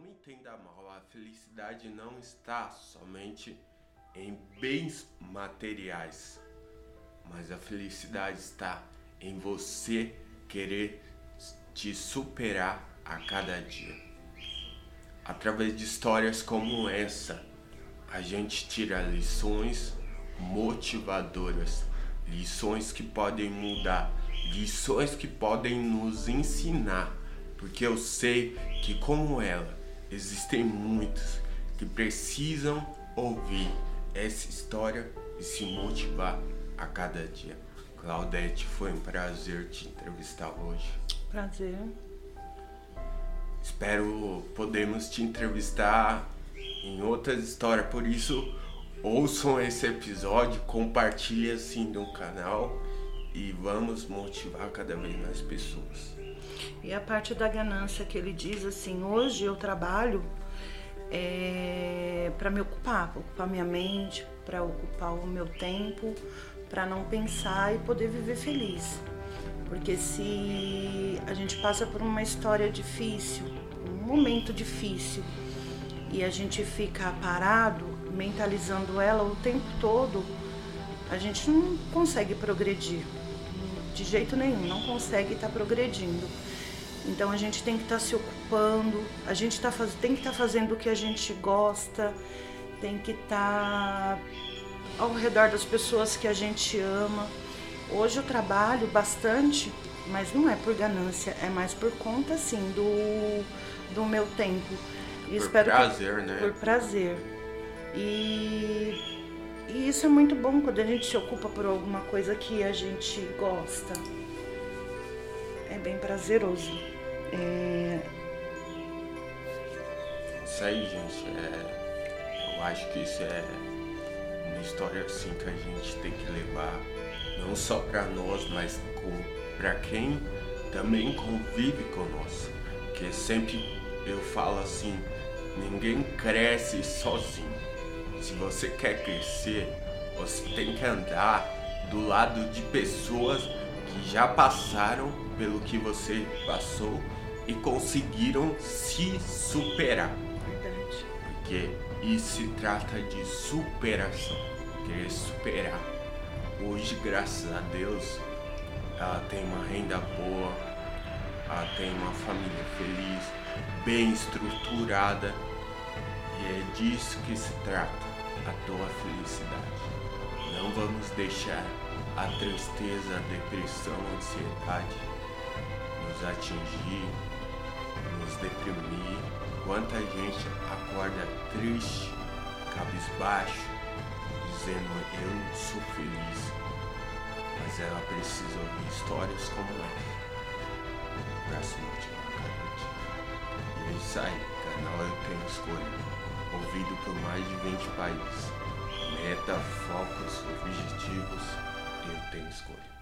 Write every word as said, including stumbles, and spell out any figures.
me entenda mal, a felicidade não está somente em bens materiais, mas a felicidade está em você querer te superar a cada dia. Através de histórias como essa, a gente tira lições motivadoras, lições que podem mudar, lições que podem nos ensinar, porque eu sei que, como ela, existem muitos que precisam ouvir essa história e se motivar a cada dia. Claudete, foi um prazer te entrevistar hoje. Prazer. Espero podermos te entrevistar em outras histórias, por isso ouçam esse episódio, compartilhem assim no canal e vamos motivar cada vez mais pessoas. E a parte da ganância que ele diz assim, hoje eu trabalho é, para me ocupar, para ocupar minha mente, para ocupar o meu tempo, para não pensar e poder viver feliz. Porque se a gente passa por uma história difícil, um momento difícil, e a gente fica parado, mentalizando ela o tempo todo, a gente não consegue progredir. De jeito nenhum, não consegue estar progredindo. Então a gente tem que estar se ocupando, a gente tá faz... tem que estar fazendo o que a gente gosta, tem que estar ao redor das pessoas que a gente ama. Hoje eu trabalho bastante, mas não é por ganância, é mais por conta, assim, do, do meu tempo. E por espero prazer, que... né? Por prazer. E... e isso é muito bom quando a gente se ocupa por alguma coisa que a gente gosta. É bem prazeroso. É... Isso aí, gente, é... eu acho que isso é uma história assim que a gente tem que levar não só para nós, mas para quem também convive conosco. Porque sempre eu falo assim, ninguém cresce sozinho. Se você quer crescer, você tem que andar do lado de pessoas que já passaram pelo que você passou e conseguiram se superar. Verdade. Porque isso se trata de superação, querer superar. Hoje, graças a Deus, ela tem uma renda boa, ela tem uma família feliz, bem estruturada, e é disso que se trata a tua felicidade. Não vamos deixar a tristeza, a depressão, a ansiedade nos atingir, nos deprimir. Quanta gente acorda triste, cabisbaixo, dizendo eu não sou feliz, mas ela precisa ouvir histórias como essa para se motivar cada dia. E é isso aí, canal Eu Tenho Escolha, ouvido por mais de vinte países. Meta, focos, objetivos, eu tenho escolha.